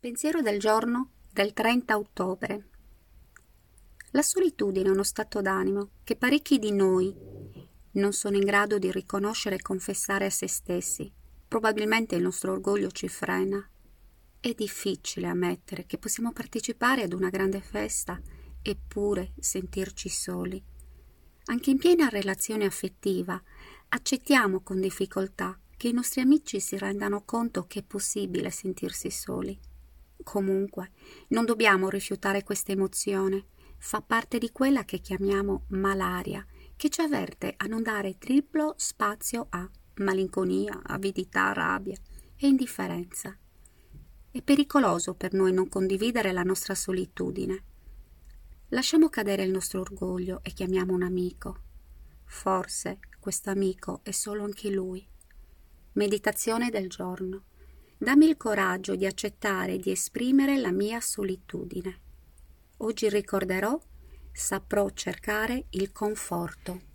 Pensiero del giorno del 30 ottobre. La solitudine è uno stato d'animo che parecchi di noi non sono in grado di riconoscere e confessare a se stessi. Probabilmente il nostro orgoglio ci frena. È difficile ammettere che possiamo partecipare ad una grande festa eppure sentirci soli. Anche in piena relazione affettiva accettiamo con difficoltà che i nostri amici si rendano conto che è possibile sentirsi soli. Comunque, non dobbiamo rifiutare questa emozione. Fa parte di quella che chiamiamo malaria, che ci avverte a non dare triplo spazio a malinconia, avidità, rabbia e indifferenza. È pericoloso per noi non condividere la nostra solitudine. Lasciamo cadere il nostro orgoglio e chiamiamo un amico. Forse questo amico è solo anche lui. Meditazione del giorno. Dammi il coraggio di accettare e di esprimere la mia solitudine. Oggi ricorderò, saprò cercare il conforto.